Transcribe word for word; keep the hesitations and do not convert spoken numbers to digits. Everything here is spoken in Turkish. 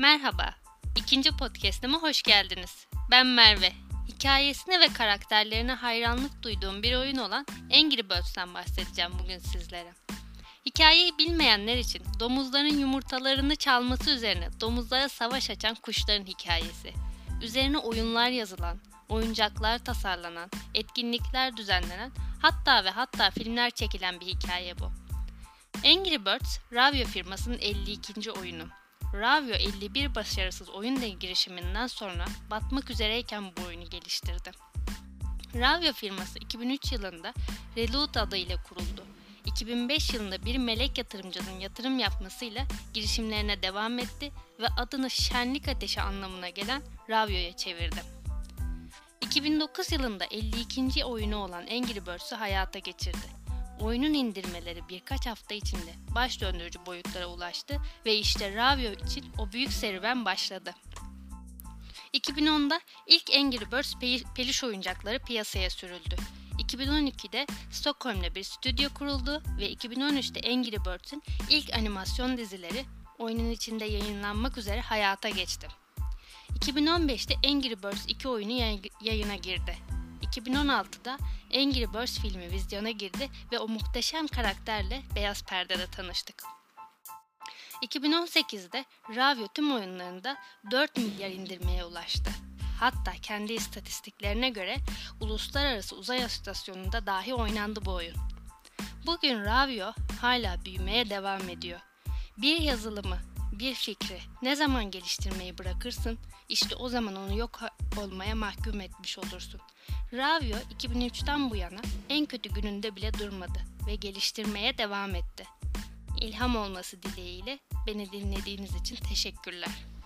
Merhaba, ikinci podcast'ime hoş geldiniz. Ben Merve. Hikayesine ve karakterlerine hayranlık duyduğum bir oyun olan Angry Birds'ten bahsedeceğim bugün sizlere. Hikayeyi bilmeyenler için domuzların yumurtalarını çalması üzerine domuzlara savaş açan kuşların hikayesi. Üzerine oyunlar yazılan, oyuncaklar tasarlanan, etkinlikler düzenlenen, hatta ve hatta filmler çekilen bir hikaye bu. Angry Birds, Ravio firmasının elli ikinci oyunu. Ravio elli bir başarısız oyun girişiminden sonra batmak üzereyken bu oyunu geliştirdi. Ravio firması iki bin üç yılında Reload adıyla kuruldu. iki bin beş yılında bir melek yatırımcının yatırım yapmasıyla girişimlerine devam etti ve adını şenlik ateşi anlamına gelen Ravio'ya çevirdi. iki bin dokuz yılında elli ikinci oyunu olan Angry Birds'ü hayata geçirdi. Oyunun indirmeleri birkaç hafta içinde baş döndürücü boyutlara ulaştı ve işte Ravio için o büyük serüven başladı. iki bin onda ilk Angry Birds peluş oyuncakları piyasaya sürüldü. iki bin on ikide Stockholm'da bir stüdyo kuruldu ve iki bin on üçte Angry Birds'in ilk animasyon dizileri oyunun içinde yayınlanmak üzere hayata geçti. iki bin on beşte Angry Birds iki oyunu yayına girdi. iki bin on altıda Angry Birds filmi vizyona girdi ve o muhteşem karakterle beyaz perdede tanıştık. iki bin on sekizde Ravio tüm oyunlarında dört milyar indirmeye ulaştı. Hatta kendi istatistiklerine göre uluslararası uzay istasyonunda dahi oynandı bu oyun. Bugün Ravio hala büyümeye devam ediyor. Bir yazılımı, bir fikri ne zaman geliştirmeyi bırakırsın, işte o zaman onu yok olmaya mahkum etmiş olursun. Ravio iki bin üçten bu yana en kötü gününde bile durmadı ve geliştirmeye devam etti. İlham olması dileğiyle beni dinlediğiniz için teşekkürler.